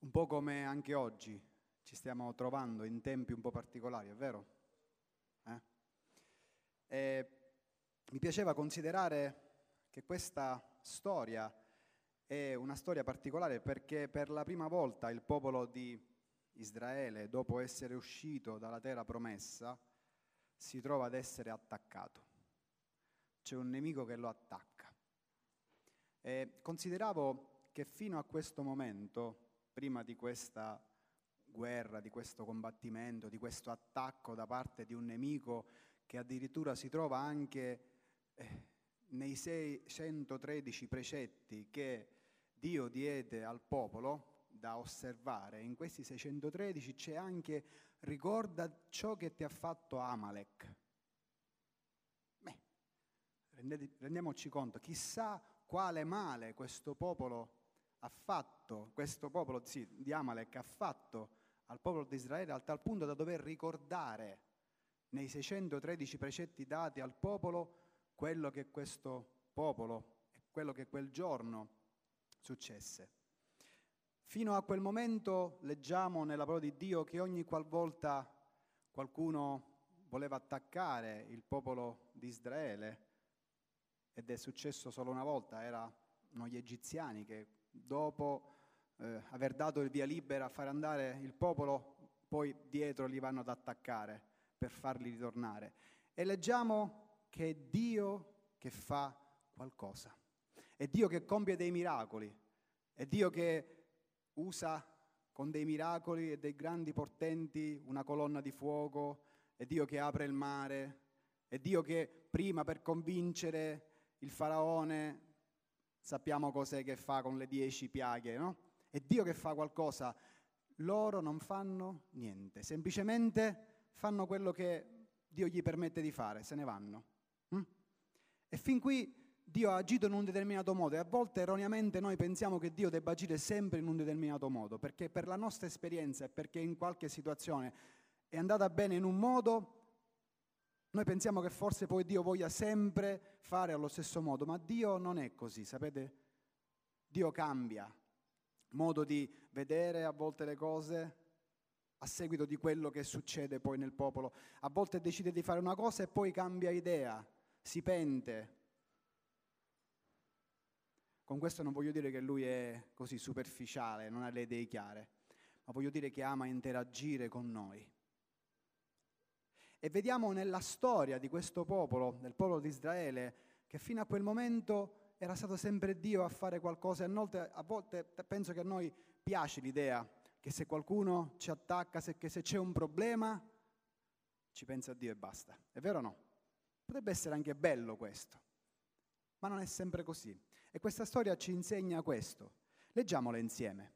Un po' come anche oggi ci stiamo trovando in tempi un po' particolari, è vero? E mi piaceva considerare che questa storia è una storia particolare perché per la prima volta il popolo di Israele, dopo essere uscito dalla terra promessa, si trova ad essere attaccato. C'è un nemico che lo attacca. E consideravo che fino a questo momento, prima di questa guerra, di questo combattimento, di questo attacco da parte di un nemico che addirittura si trova anche nei 613 precetti che Dio diede al popolo da osservare, in questi 613 c'è anche ricorda ciò che ti ha fatto Amalek. Rendiamoci conto, chissà quale male questo popolo ha fatto, di Amalek ha fatto al popolo di Israele, al tal punto da dover ricordare nei 613 precetti dati al popolo quello che questo popolo e quello che quel giorno successe. Fino a quel momento leggiamo nella parola di Dio che ogni qualvolta qualcuno voleva attaccare il popolo di Israele, ed è successo solo una volta, erano gli egiziani che dopo aver dato il via libera a fare andare il popolo, poi dietro li vanno ad attaccare per farli ritornare. E leggiamo che è Dio che fa qualcosa, è Dio che compie dei miracoli, è Dio che usa con dei miracoli e dei grandi portenti una colonna di fuoco, è Dio che apre il mare, è Dio che prima per convincere il faraone, sappiamo cos'è che fa con le 10 piaghe, no? È Dio che fa qualcosa, loro non fanno niente, semplicemente fanno quello che Dio gli permette di fare, se ne vanno. E fin qui Dio ha agito in un determinato modo e a volte erroneamente noi pensiamo che Dio debba agire sempre in un determinato modo, perché per la nostra esperienza e perché in qualche situazione è andata bene in un modo, noi pensiamo che forse poi Dio voglia sempre fare allo stesso modo, ma Dio non è così, sapete? Dio cambia modo di vedere a volte le cose a seguito di quello che succede poi nel popolo. A volte decide di fare una cosa e poi cambia idea, si pente. Con questo non voglio dire che lui è così superficiale, non ha le idee chiare, ma voglio dire che ama interagire con noi. E vediamo nella storia di questo popolo, del popolo di Israele, che fino a quel momento era stato sempre Dio a fare qualcosa. E a volte penso che a noi piace l'idea che se qualcuno ci attacca, che se c'è un problema, ci pensa a Dio e basta. È vero o no? Potrebbe essere anche bello questo, ma non è sempre così. E questa storia ci insegna questo. Leggiamola insieme.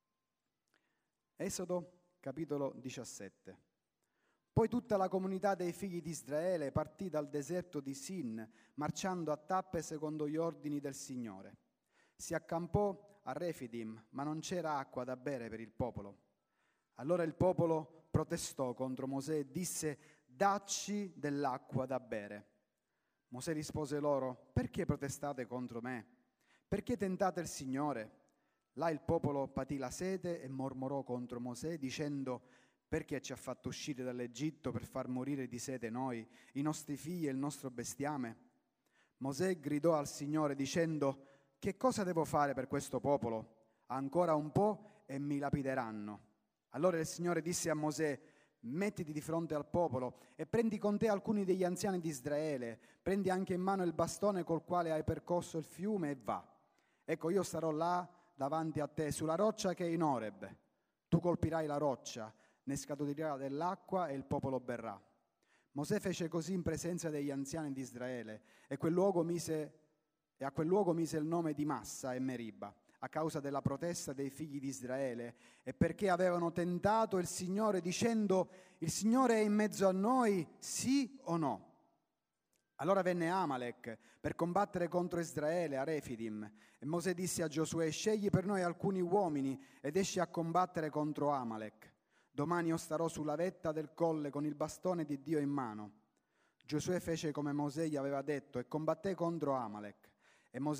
Esodo, capitolo 17. Poi tutta la comunità dei figli di Israele partì dal deserto di Sin, marciando a tappe secondo gli ordini del Signore. Si accampò a Refidim, ma non c'era acqua da bere per il popolo. Allora il popolo protestò contro Mosè e disse: «Dacci dell'acqua da bere». Mosè rispose loro: «Perché protestate contro me? Perché tentate il Signore?» Là il popolo patì la sete e mormorò contro Mosè, dicendo: «Perché ci ha fatto uscire dall'Egitto per far morire di sete noi, i nostri figli e il nostro bestiame?» Mosè gridò al Signore dicendo: «Che cosa devo fare per questo popolo? Ancora un po' e mi lapideranno». Allora il Signore disse a Mosè: «Mettiti di fronte al popolo e prendi con te alcuni degli anziani di Israele, prendi anche in mano il bastone col quale hai percorso il fiume e va. Ecco, io sarò là davanti a te sulla roccia che è in Oreb. Tu colpirai la roccia, ne scaturirà dell'acqua e il popolo berrà». Mosè fece così in presenza degli anziani di Israele e a quel luogo mise il nome di Massa e Meriba, a causa della protesta dei figli di Israele e perché avevano tentato il Signore dicendo: «Il Signore è in mezzo a noi, sì o no?» Allora venne Amalek per combattere contro Israele a Refidim e Mosè disse a Giosuè: «Scegli per noi alcuni uomini ed esci a combattere contro Amalek. Domani io starò sulla vetta del colle con il bastone di Dio in mano». Giosuè fece come Mosè gli aveva detto e combatté contro Amalek. E Mosè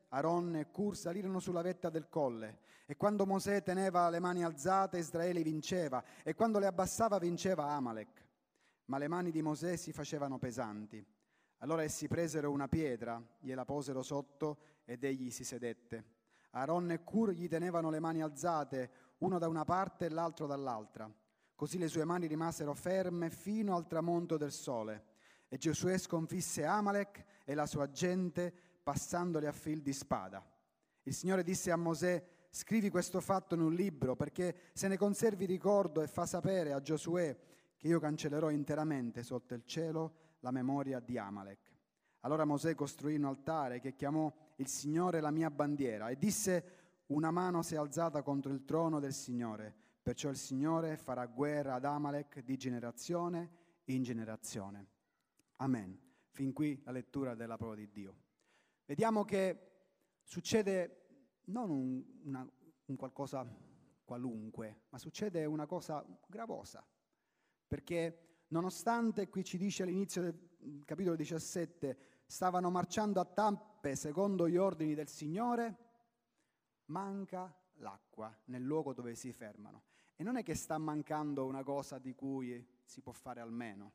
Aaron e Hur salirono sulla vetta del colle, e quando Mosè teneva le mani alzate Israele vinceva, e quando le abbassava vinceva Amalek. Ma le mani di Mosè si facevano pesanti. Allora essi presero una pietra, gliela posero sotto ed egli si sedette. Aaron e Hur gli tenevano le mani alzate, uno da una parte e l'altro dall'altra. Così le sue mani rimasero ferme fino al tramonto del sole. E Giosuè sconfisse Amalek e la sua gente, passandoli a fil di spada. Il Signore disse a Mosè: scrivi questo fatto in un libro, perché se ne conservi ricordo, e fa sapere a Giosuè che io cancellerò interamente sotto il cielo la memoria di Amalek. Allora Mosè costruì un altare che chiamò il Signore la mia bandiera e disse: una mano si è alzata contro il trono del Signore, perciò il Signore farà guerra ad Amalek di generazione in generazione. Amen. Fin qui la lettura della parola di Dio. Vediamo che succede non un qualcosa qualunque, ma succede una cosa gravosa, perché nonostante, qui ci dice all'inizio del capitolo 17, stavano marciando a tappe secondo gli ordini del Signore, manca l'acqua nel luogo dove si fermano. E non è che sta mancando una cosa di cui si può fare almeno.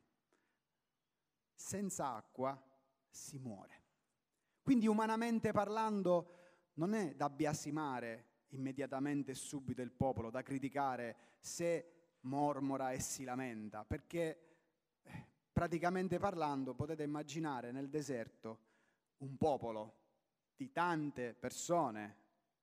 Senza acqua si muore. Quindi umanamente parlando non è da biasimare immediatamente e subito il popolo, da criticare se mormora e si lamenta, perché praticamente parlando potete immaginare nel deserto un popolo di tante persone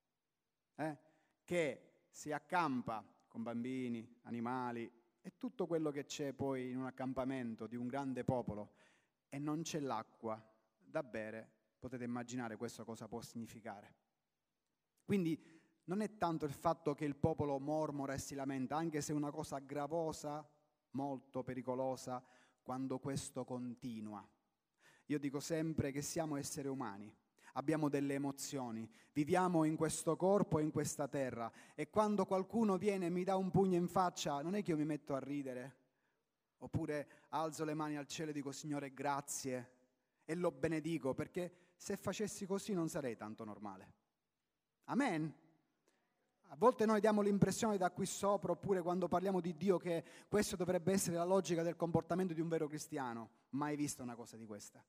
che si accampa con bambini, animali e tutto quello che c'è poi in un accampamento di un grande popolo, e non c'è l'acqua da bere. Potete immaginare questo cosa può significare. Quindi non è tanto il fatto che il popolo mormora e si lamenta, anche se è una cosa gravosa, molto pericolosa, quando questo continua. Io dico sempre che siamo esseri umani, abbiamo delle emozioni, viviamo in questo corpo e in questa terra, e quando qualcuno viene e mi dà un pugno in faccia, non è che io mi metto a ridere, oppure alzo le mani al cielo e dico: Signore, grazie, e lo benedico, perché se facessi così non sarei tanto normale. Amen? A volte noi diamo l'impressione da qui sopra, oppure quando parliamo di Dio, che questo dovrebbe essere la logica del comportamento di un vero cristiano. Mai vista una cosa di questa.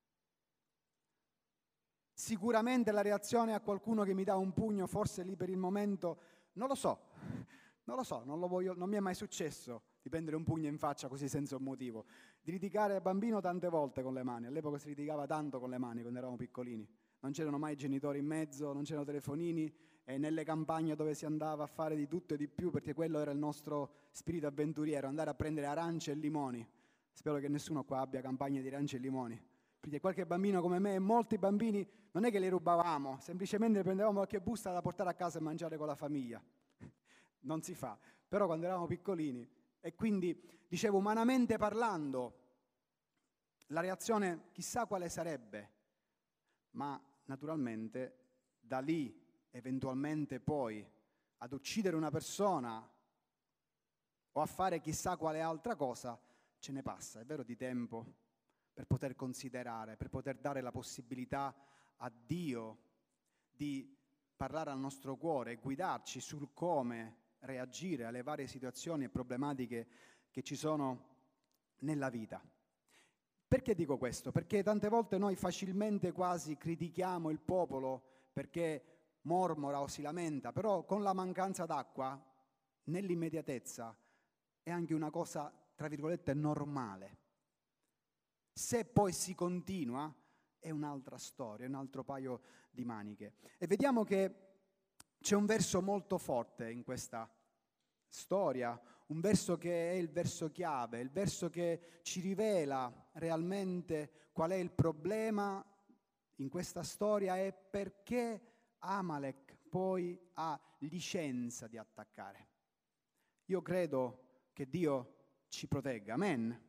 Sicuramente la reazione a qualcuno che mi dà un pugno, forse lì per il momento, non lo so, non mi è mai successo di prendere un pugno in faccia così senza un motivo. Di litigare a bambino tante volte con le mani, all'epoca si litigava tanto con le mani quando eravamo piccolini, non c'erano mai genitori in mezzo, non c'erano telefonini, e nelle campagne dove si andava a fare di tutto e di più, perché quello era il nostro spirito avventuriero, andare a prendere arance e limoni. Spero che nessuno qua abbia campagne di arance e limoni, perché qualche bambino come me e molti bambini non è che li rubavamo, semplicemente prendevamo qualche busta da portare a casa e mangiare con la famiglia. Non si fa, però quando eravamo piccolini. E quindi, dicevo, umanamente parlando, la reazione chissà quale sarebbe, ma naturalmente da lì eventualmente poi ad uccidere una persona o a fare chissà quale altra cosa, ce ne passa, è vero, di tempo per poter considerare, per poter dare la possibilità a Dio di parlare al nostro cuore e guidarci sul come reagire alle varie situazioni e problematiche che ci sono nella vita. Perché dico questo? Perché tante volte noi facilmente quasi critichiamo il popolo perché mormora o si lamenta, però con la mancanza d'acqua, nell'immediatezza, è anche una cosa, tra virgolette, normale. Se poi si continua, è un'altra storia, è un altro paio di maniche. E vediamo che c'è un verso molto forte in questa storia, un verso che è il verso chiave, il verso che ci rivela realmente qual è il problema in questa storia e perché Amalek poi ha licenza di attaccare. Io credo che Dio ci protegga, amen.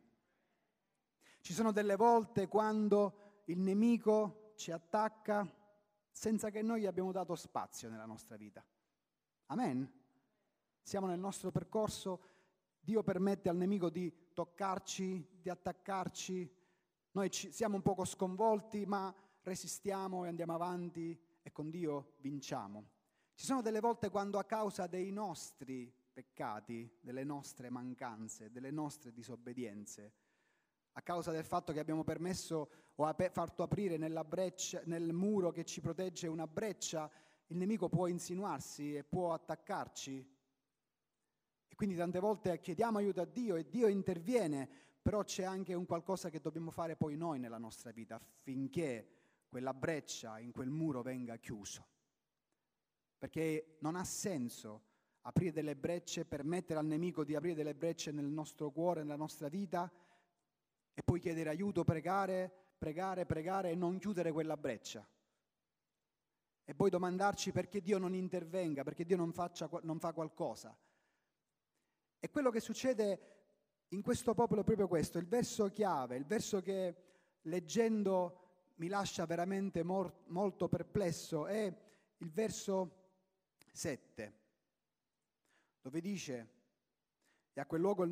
Ci sono delle volte quando il nemico ci attacca senza che noi gli abbiamo dato spazio nella nostra vita. Amen. Siamo nel nostro percorso, Dio permette al nemico di toccarci, di attaccarci. Noi siamo un poco sconvolti, ma resistiamo e andiamo avanti e con Dio vinciamo. Ci sono delle volte quando a causa dei nostri peccati, delle nostre mancanze, delle nostre disobbedienze, a causa del fatto che abbiamo permesso o fatto aprire nella breccia, nel muro che ci protegge una breccia, il nemico può insinuarsi e può attaccarci. E quindi tante volte chiediamo aiuto a Dio e Dio interviene, però c'è anche un qualcosa che dobbiamo fare poi noi nella nostra vita affinché quella breccia in quel muro venga chiuso. Perché non ha senso aprire delle brecce, permettere al nemico di aprire delle brecce nel nostro cuore, nella nostra vita, e poi chiedere aiuto, pregare e non chiudere quella breccia. E poi domandarci perché Dio non intervenga, perché Dio non fa qualcosa. E quello che succede in questo popolo è proprio questo, il verso chiave, il verso che leggendo mi lascia veramente molto perplesso, è il verso 7, dove dice: e a quel luogo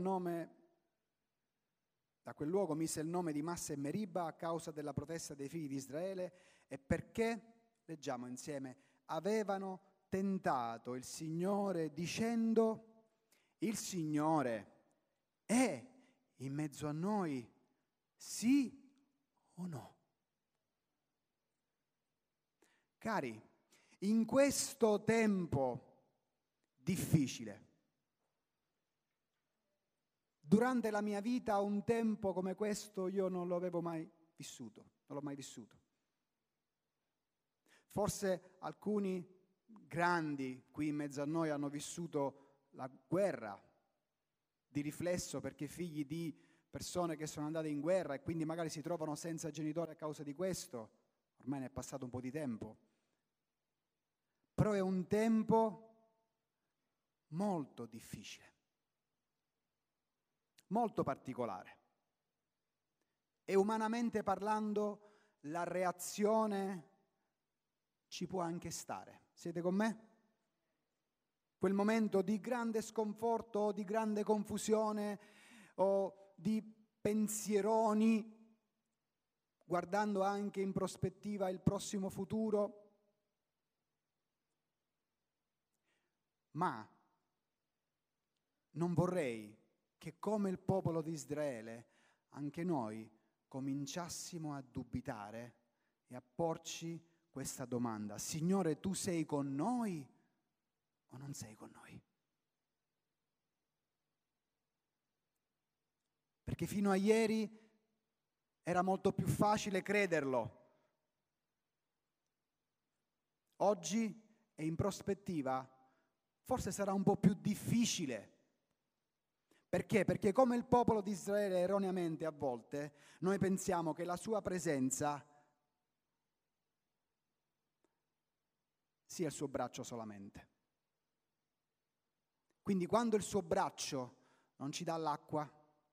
da quel luogo mise il nome di Massa e Meriba a causa della protesta dei figli di Israele, e perché, leggiamo insieme, avevano tentato il Signore dicendo: il Signore è in mezzo a noi, sì o no? Cari, in questo tempo difficile, durante la mia vita un tempo come questo io non lo avevo mai vissuto, non l'ho mai vissuto. Forse alcuni grandi qui in mezzo a noi hanno vissuto la guerra di riflesso perché figli di persone che sono andate in guerra e quindi magari si trovano senza genitori a causa di questo. Ormai ne è passato un po' di tempo. Però è un tempo molto difficile, molto particolare. E umanamente parlando la reazione ci può anche stare. Siete con me? Quel momento di grande sconforto o di grande confusione o di pensieroni, guardando anche in prospettiva il prossimo futuro. Ma non vorrei che come il popolo di Israele anche noi cominciassimo a dubitare e a porci questa domanda: Signore, tu sei con noi o non sei con noi? Perché fino a ieri era molto più facile crederlo. Oggi e in prospettiva forse sarà un po' più difficile. Perché? Perché come il popolo di Israele erroneamente a volte noi pensiamo che la sua presenza sia il suo braccio solamente. Quindi quando il suo braccio non ci dà l'acqua,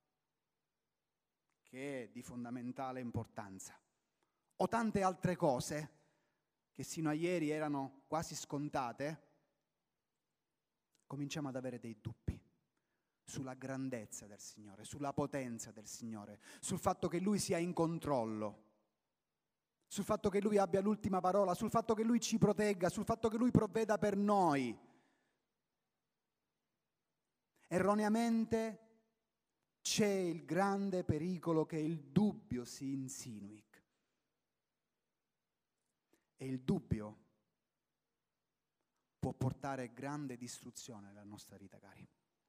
che è di fondamentale importanza, o tante altre cose che sino a ieri erano quasi scontate, cominciamo ad avere dei dubbi sulla grandezza del Signore, sulla potenza del Signore, sul fatto che Lui sia in controllo, sul fatto che Lui abbia l'ultima parola, sul fatto che Lui ci protegga, sul fatto che Lui provveda per noi. Erroneamente c'è il grande pericolo che il dubbio si insinui. E il dubbio può portare grande distruzione nella nostra vita, cari.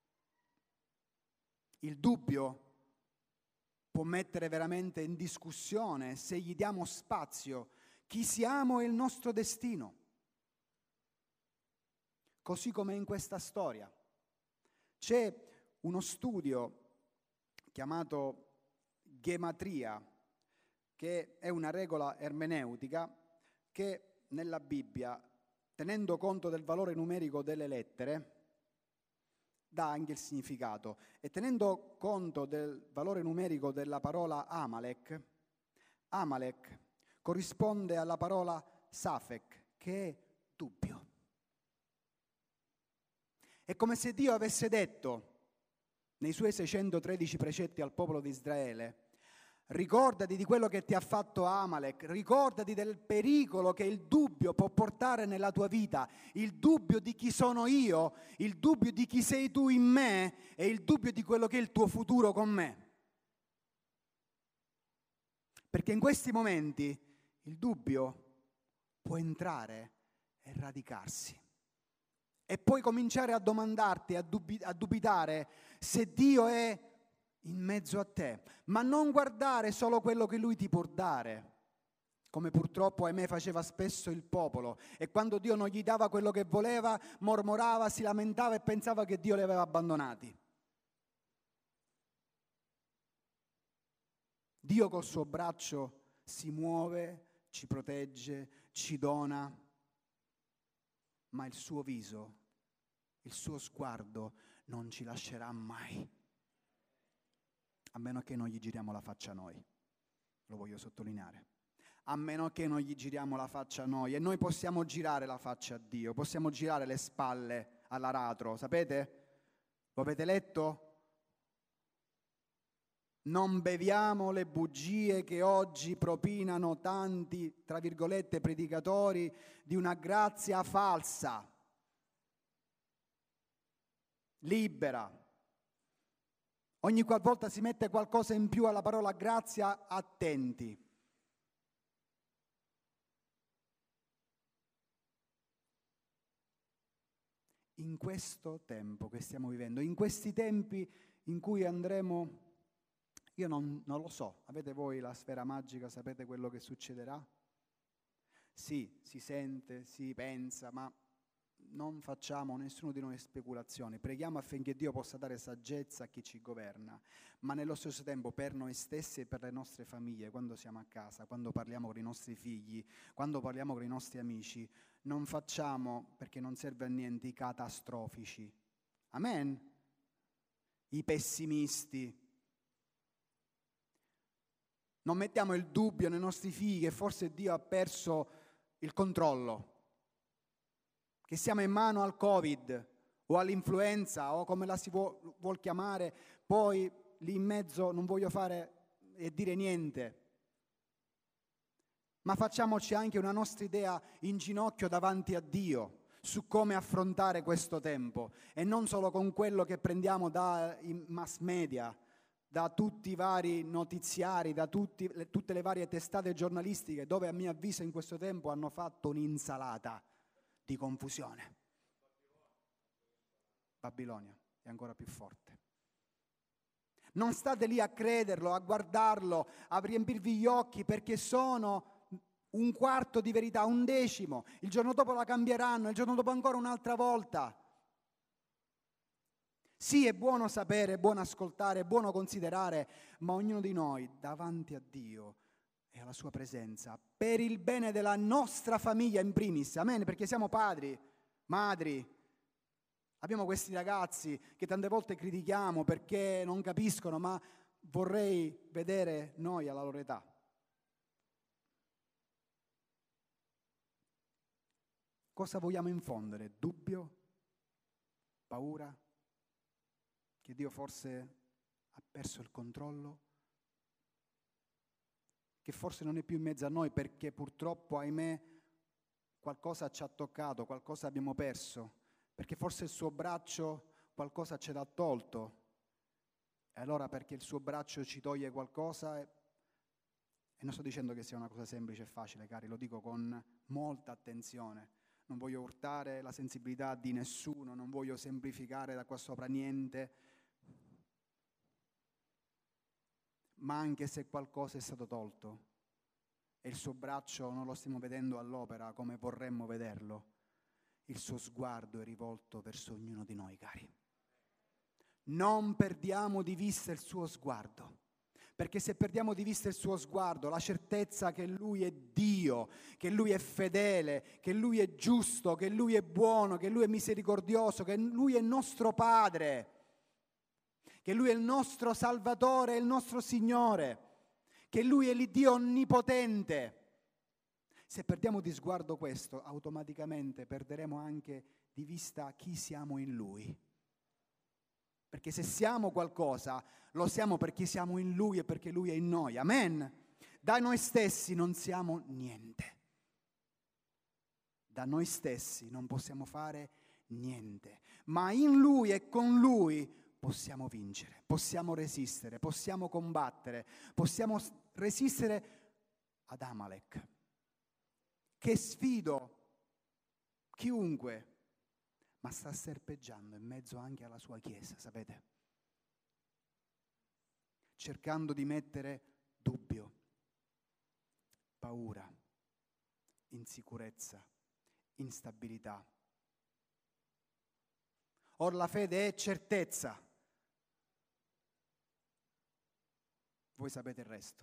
Il dubbio può mettere veramente in discussione, se gli diamo spazio, chi siamo e il nostro destino. Così come in questa storia. C'è uno studio chiamato gematria, che è una regola ermeneutica che nella Bibbia, tenendo conto del valore numerico delle lettere, dà anche il significato. E tenendo conto del valore numerico della parola Amalek, Amalek corrisponde alla parola Safek, che è dubbio. È come se Dio avesse detto nei suoi 613 precetti al popolo di Israele: Ricordati di quello che ti ha fatto Amalek, ricordati del pericolo che il dubbio può portare nella tua vita, il dubbio di chi sono io, il dubbio di chi sei tu in me e il dubbio di quello che è il tuo futuro con me. Perché in questi momenti il dubbio può entrare e radicarsi. E puoi cominciare a domandarti, a dubitare se Dio è in mezzo a te, ma non guardare solo quello che Lui ti può dare, come purtroppo, ahimè, faceva spesso il popolo. E quando Dio non gli dava quello che voleva, mormorava, si lamentava e pensava che Dio li aveva abbandonati. Dio col suo braccio si muove, ci protegge, ci dona, ma il suo viso, il suo sguardo non ci lascerà mai. A meno che non gli giriamo la faccia a noi, lo voglio sottolineare. A meno che non gli giriamo la faccia a noi, e noi possiamo girare la faccia a Dio, possiamo girare le spalle all'aratro, sapete? Lo avete letto? Non beviamo le bugie che oggi propinano tanti, tra virgolette, predicatori di una grazia falsa, libera. Ogni qualvolta si mette qualcosa in più alla parola grazia, attenti. In questo tempo che stiamo vivendo, in questi tempi in cui andremo, io non lo so, avete voi la sfera magica, sapete quello che succederà? Sì, si sente, si pensa, ma non facciamo nessuno di noi speculazioni, preghiamo affinché Dio possa dare saggezza a chi ci governa, ma nello stesso tempo per noi stessi e per le nostre famiglie, quando siamo a casa, quando parliamo con i nostri figli, quando parliamo con i nostri amici, non facciamo, perché non serve a niente, i catastrofici. Amen? I pessimisti. Non mettiamo il dubbio nei nostri figli che forse Dio ha perso il controllo, che siamo in mano al Covid o all'influenza o come la si vuol chiamare, poi lì in mezzo non voglio fare e dire niente, ma facciamoci anche una nostra idea in ginocchio davanti a Dio su come affrontare questo tempo e non solo con quello che prendiamo dai mass media, da tutti i vari notiziari, da tutte le varie testate giornalistiche dove a mio avviso in questo tempo hanno fatto un'insalata di confusione. Babilonia è ancora più forte. Non state lì a crederlo, a guardarlo, a riempirvi gli occhi perché sono un quarto di verità, un decimo. Il giorno dopo la cambieranno, il giorno dopo ancora un'altra volta. Sì, è buono sapere, è buono ascoltare, è buono considerare, ma ognuno di noi davanti a Dio e alla sua presenza, per il bene della nostra famiglia in primis, amen, perché siamo padri, madri, abbiamo questi ragazzi che tante volte critichiamo perché non capiscono, ma vorrei vedere noi alla loro età. Cosa vogliamo infondere? Dubbio? Paura? Che Dio forse ha perso il controllo? Che forse non è più in mezzo a noi perché purtroppo, ahimè, qualcosa ci ha toccato, qualcosa abbiamo perso, perché forse il suo braccio qualcosa ce l'ha tolto. E allora perché il suo braccio ci toglie qualcosa, e non sto dicendo che sia una cosa semplice e facile, cari, lo dico con molta attenzione. Non voglio urtare la sensibilità di nessuno, non voglio semplificare da qua sopra niente, ma anche se qualcosa è stato tolto e il suo braccio non lo stiamo vedendo all'opera come vorremmo vederlo, il suo sguardo è rivolto verso ognuno di noi, cari. Non perdiamo di vista il suo sguardo, perché se perdiamo di vista il suo sguardo, la certezza che Lui è Dio, che Lui è fedele, che Lui è giusto, che Lui è buono, che Lui è misericordioso, che Lui è nostro Padre, che Lui è il nostro Salvatore, il nostro Signore, che Lui è l'Iddio onnipotente. Se perdiamo di sguardo questo, automaticamente perderemo anche di vista chi siamo in Lui. Perché se siamo qualcosa, lo siamo perché siamo in Lui e perché Lui è in noi. Amen. Da noi stessi non siamo niente. Da noi stessi non possiamo fare niente. Ma in Lui e con Lui possiamo vincere, possiamo resistere, possiamo combattere, possiamo resistere ad Amalek, che sfido chiunque, ma sta serpeggiando in mezzo anche alla sua Chiesa, sapete? Cercando di mettere dubbio, paura, insicurezza, instabilità. Or la fede è certezza. Voi sapete il resto.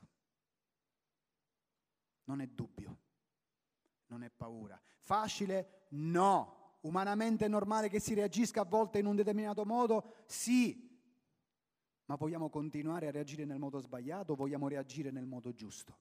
Non è dubbio, non è paura. Facile? No. Umanamente è normale che si reagisca a volte in un determinato modo? Sì. Ma vogliamo continuare a reagire nel modo sbagliato o vogliamo reagire nel modo giusto?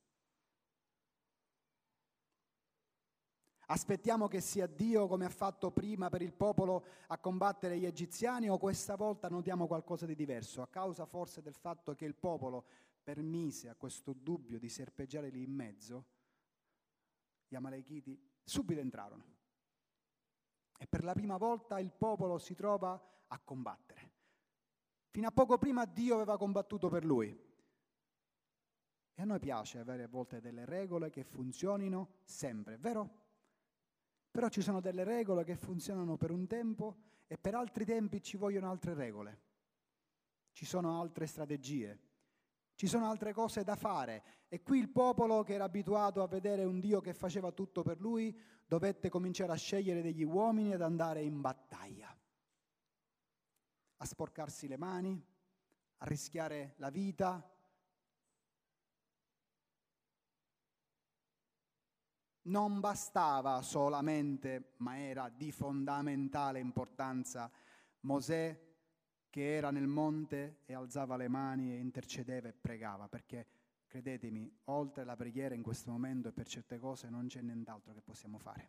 Aspettiamo che sia Dio, come ha fatto prima per il popolo, a combattere gli egiziani, o questa volta notiamo qualcosa di diverso, a causa forse del fatto che il popolo permise a questo dubbio di serpeggiare lì in mezzo, gli Amalechiti subito entrarono. E per la prima volta il popolo si trova a combattere. Fino a poco prima Dio aveva combattuto per lui. E a noi piace avere a volte delle regole che funzionino sempre, vero? Però ci sono delle regole che funzionano per un tempo e per altri tempi ci vogliono altre regole. Ci sono altre strategie. Ci sono altre cose da fare. E qui il popolo, che era abituato a vedere un Dio che faceva tutto per lui, dovette cominciare a scegliere degli uomini ed andare in battaglia. A sporcarsi le mani, a rischiare la vita. Non bastava solamente, ma era di fondamentale importanza, Mosè che era nel monte e alzava le mani e intercedeva e pregava, perché credetemi, oltre la preghiera in questo momento e per certe cose non c'è nient'altro che possiamo fare.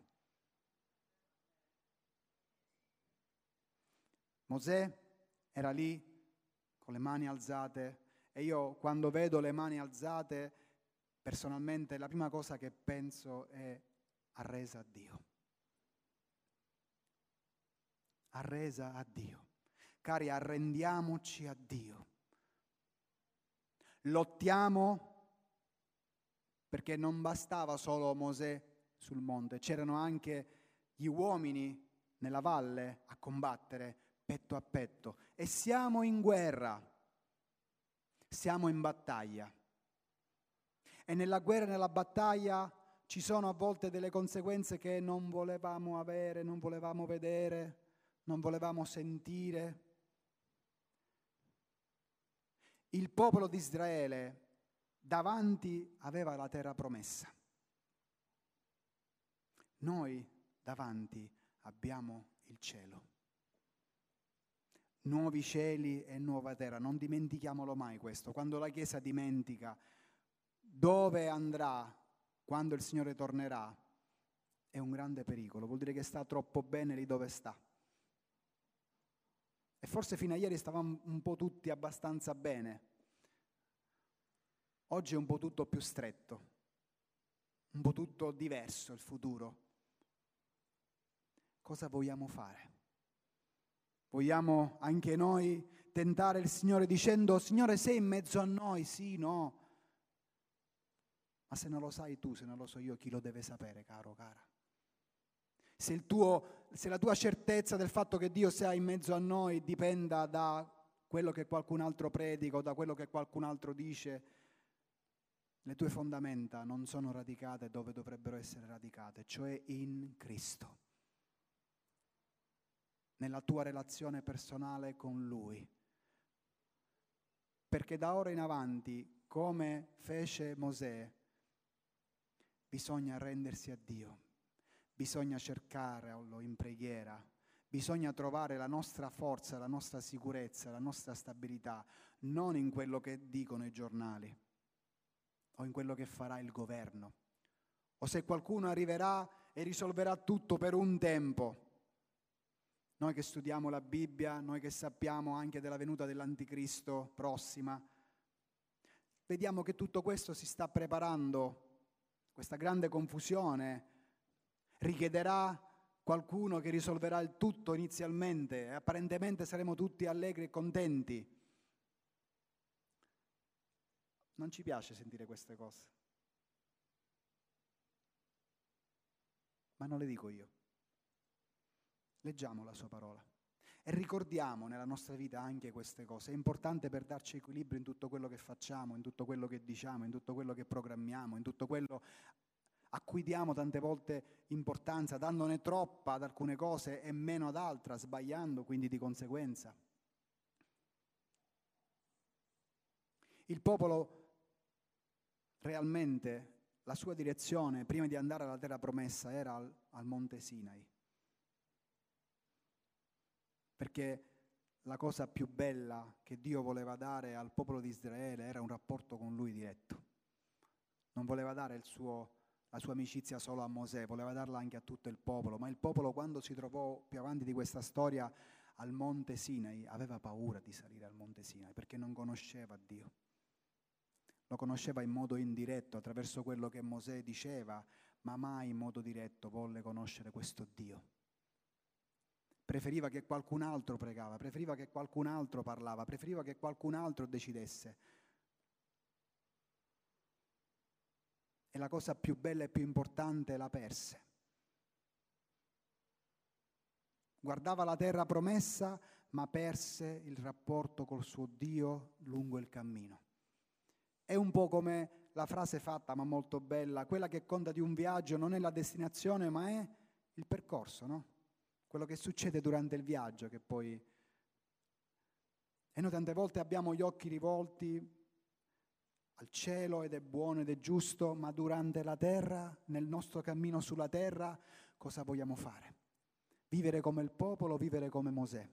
Mosè era lì con le mani alzate e io quando vedo le mani alzate personalmente la prima cosa che penso è arresa a Dio. Arresa a Dio. Cari, arrendiamoci a Dio. Lottiamo perché non bastava solo Mosè sul monte, c'erano anche gli uomini nella valle a combattere petto a petto e siamo in guerra, siamo in battaglia. E nella guerra e nella battaglia ci sono a volte delle conseguenze che non volevamo avere, non volevamo vedere, non volevamo sentire. Il popolo di Israele davanti aveva la terra promessa. Noi davanti abbiamo il cielo. Nuovi cieli e nuova terra, non dimentichiamolo mai questo. Quando la Chiesa dimentica dove andrà quando il Signore tornerà, è un grande pericolo, vuol dire che sta troppo bene lì dove sta. E forse fino a ieri stavamo un po' tutti abbastanza bene. Oggi è un po' tutto più stretto, un po' tutto diverso il futuro. Cosa vogliamo fare? Vogliamo anche noi tentare il Signore dicendo: Signore, sei in mezzo a noi? Sì, no. Ma se non lo sai tu, se non lo so io, chi lo deve sapere, caro, cara? Se la tua certezza del fatto che Dio sia in mezzo a noi dipenda da quello che qualcun altro predica o da quello che qualcun altro dice, le tue fondamenta non sono radicate dove dovrebbero essere radicate, cioè in Cristo, nella tua relazione personale con Lui. Perché da ora in avanti, come fece Mosè, bisogna arrendersi a Dio, bisogna cercarlo in preghiera, bisogna trovare la nostra forza, la nostra sicurezza, la nostra stabilità, non in quello che dicono i giornali o in quello che farà il governo, o se qualcuno arriverà e risolverà tutto per un tempo. noi che studiamo la Bibbia, noi che sappiamo anche della venuta dell'Anticristo prossima, vediamo che tutto questo si sta preparando, questa grande confusione richiederà qualcuno che risolverà il tutto inizialmente e apparentemente saremo tutti allegri e contenti. Non ci piace sentire queste cose, ma non le dico io. Leggiamo la sua parola e ricordiamo nella nostra vita anche queste cose. È importante per darci equilibrio in tutto quello che facciamo, in tutto quello che diciamo, in tutto quello che programmiamo, in tutto quello a cui diamo tante volte importanza, dandone troppa ad alcune cose e meno ad altre, sbagliando quindi di conseguenza. Il popolo realmente, la sua direzione prima di andare alla terra promessa era al monte Sinai. Perché la cosa più bella che Dio voleva dare al popolo di Israele era un rapporto con Lui diretto. Non voleva dare la sua amicizia solo a Mosè, voleva darla anche a tutto il popolo. Ma il popolo, quando si trovò più avanti di questa storia al monte Sinai, aveva paura di salire al monte Sinai perché non conosceva Dio. Lo conosceva in modo indiretto, attraverso quello che Mosè diceva, ma mai in modo diretto volle conoscere questo Dio. Preferiva che qualcun altro pregava, preferiva che qualcun altro parlava, preferiva che qualcun altro decidesse. E la cosa più bella e più importante la perse. Guardava la terra promessa, ma perse il rapporto col suo Dio lungo il cammino. È un po' come la frase fatta, ma molto bella, quella che conta di un viaggio non è la destinazione, ma è il percorso, no? Quello che succede durante il viaggio, che poi... E noi tante volte abbiamo gli occhi rivolti al cielo ed è buono ed è giusto, ma durante la terra, nel nostro cammino sulla terra, cosa vogliamo fare? Vivere come il popolo, vivere come Mosè.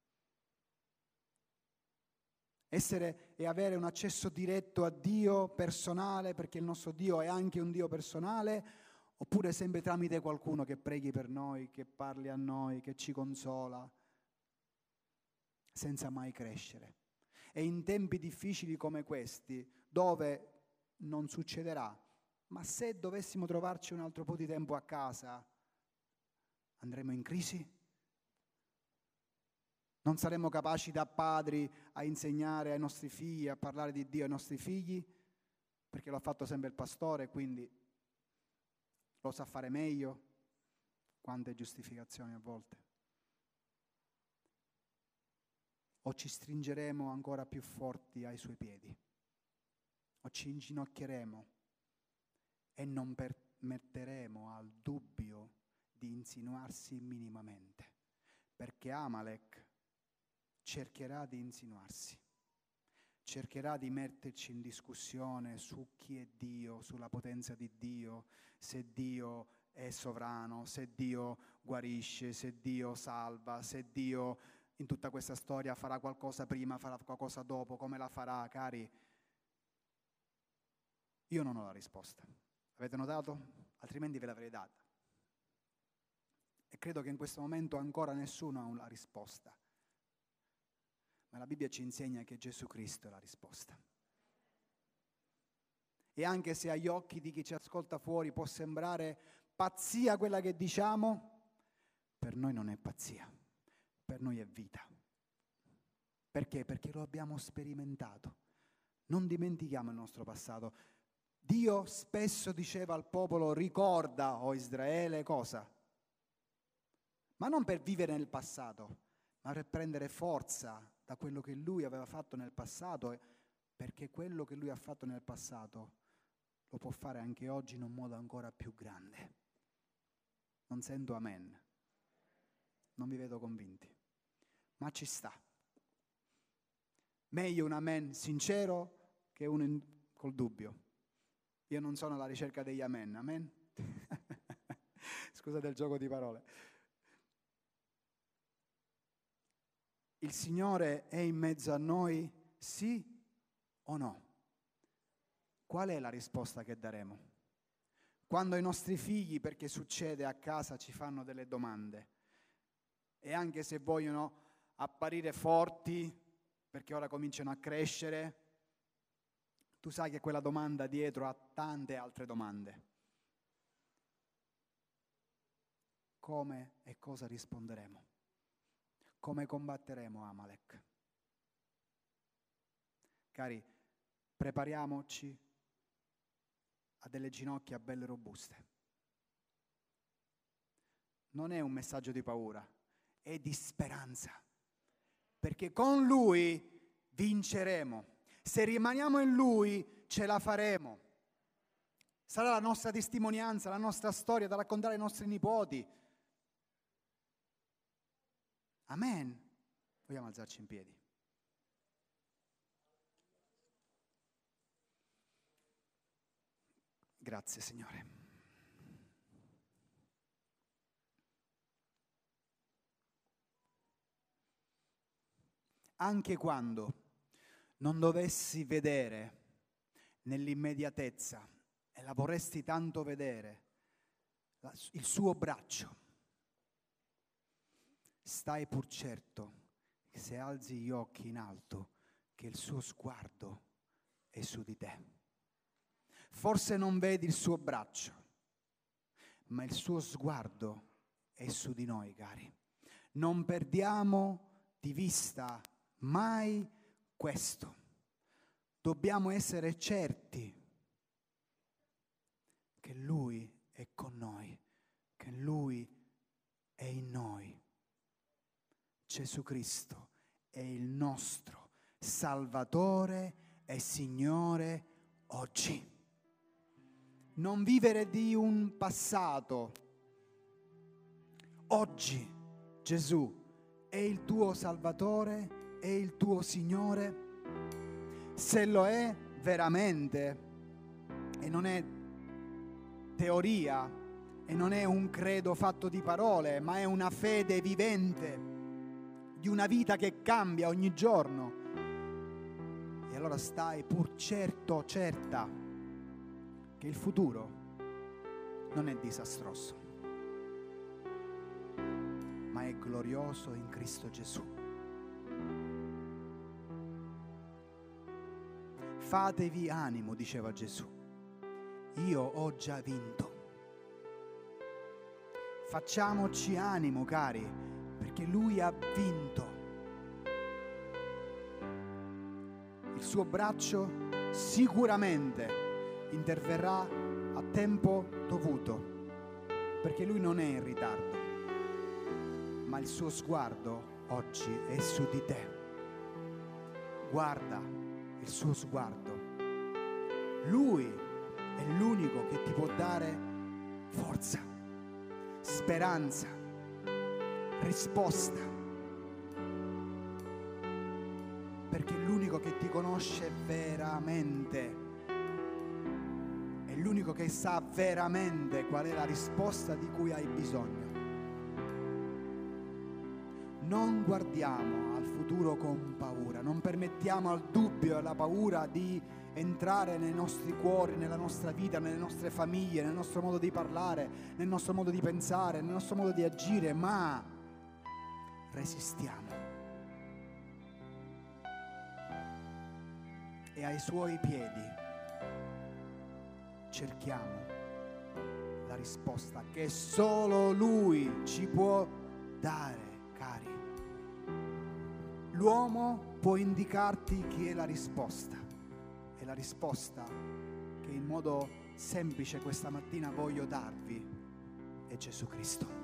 Essere e avere un accesso diretto a Dio personale, perché il nostro Dio è anche un Dio personale, oppure sempre tramite qualcuno che preghi per noi, che parli a noi, che ci consola, senza mai crescere. E in tempi difficili come questi, dove non succederà, ma se dovessimo trovarci un altro po' di tempo a casa, andremo in crisi? Non saremo capaci da padri a insegnare ai nostri figli, a parlare di Dio ai nostri figli, perché lo ha fatto sempre il pastore, quindi lo sa fare meglio. Quante giustificazioni a volte. O ci stringeremo ancora più forti ai suoi piedi, o ci inginocchieremo e non permetteremo al dubbio di insinuarsi minimamente, perché Amalek cercherà di insinuarsi, cercherà di metterci in discussione su chi è Dio, sulla potenza di Dio, se Dio è sovrano, se Dio guarisce, se Dio salva, se Dio in tutta questa storia farà qualcosa prima, farà qualcosa dopo, come la farà, cari? Io non ho la risposta. Avete notato? Altrimenti ve l'avrei data. E credo che in questo momento ancora nessuno ha una risposta. Ma la Bibbia ci insegna che Gesù Cristo è la risposta. E anche se agli occhi di chi ci ascolta fuori può sembrare pazzia quella che diciamo, per noi non è pazzia, per noi è vita. Perché? Perché lo abbiamo sperimentato. Non dimentichiamo il nostro passato. Dio spesso diceva al popolo: ricorda, o Israele, cosa? Ma non per vivere nel passato, ma per prendere forza da quello che Lui aveva fatto nel passato, perché quello che Lui ha fatto nel passato lo può fare anche oggi in un modo ancora più grande. Non sento amen. Non vi vedo convinti. Ma ci sta. Meglio un amen sincero che uno col dubbio. Io non sono alla ricerca degli amen. Amen? Scusate il gioco di parole. Il Signore è in mezzo a noi, sì o no? Qual è la risposta che daremo? Quando i nostri figli, perché succede a casa, ci fanno delle domande e anche se vogliono apparire forti, perché ora cominciano a crescere, tu sai che quella domanda dietro ha tante altre domande. Come e cosa risponderemo? Come combatteremo Amalek? Cari, prepariamoci a delle ginocchia belle robuste. Non è un messaggio di paura, è di speranza, perché con Lui vinceremo. Se rimaniamo in Lui ce la faremo. Sarà la nostra testimonianza, la nostra storia da raccontare ai nostri nipoti. Amen. Vogliamo alzarci in piedi. Grazie Signore. Anche quando non dovessi vedere nell'immediatezza, e la vorresti tanto vedere, il suo braccio, stai pur certo che se alzi gli occhi in alto, che il suo sguardo è su di te. Forse non vedi il suo braccio, ma il suo sguardo è su di noi, cari. Non perdiamo di vista mai questo. Dobbiamo essere certi che Lui è con noi, che Lui è in noi. Gesù Cristo è il nostro Salvatore e Signore oggi. Non vivere di un passato. Oggi Gesù è il tuo Salvatore, è il tuo Signore. Se lo è veramente, e non è teoria, e non è un credo fatto di parole, ma è una fede vivente di una vita che cambia ogni giorno. E allora stai pur certa che il futuro non è disastroso, ma è glorioso in Cristo Gesù. Fatevi animo, diceva Gesù, io ho già vinto. Facciamoci animo, cari, perché Lui ha vinto. Il suo braccio sicuramente interverrà a tempo dovuto, perché Lui non è in ritardo, ma il suo sguardo oggi è su di te. Guarda il suo sguardo. Lui è l'unico che ti può dare forza, speranza, risposta, perché è l'unico che ti conosce veramente. È l'unico che sa veramente qual è la risposta di cui hai bisogno. Non guardiamo al futuro con paura, non permettiamo al dubbio e alla paura di entrare nei nostri cuori, nella nostra vita, nelle nostre famiglie, nel nostro modo di parlare, nel nostro modo di pensare, nel nostro modo di agire, ma resistiamo. E ai Suoi piedi cerchiamo la risposta che solo Lui ci può dare, cari. L'uomo può indicarti chi è la risposta, e la risposta che in modo semplice questa mattina voglio darvi è Gesù Cristo.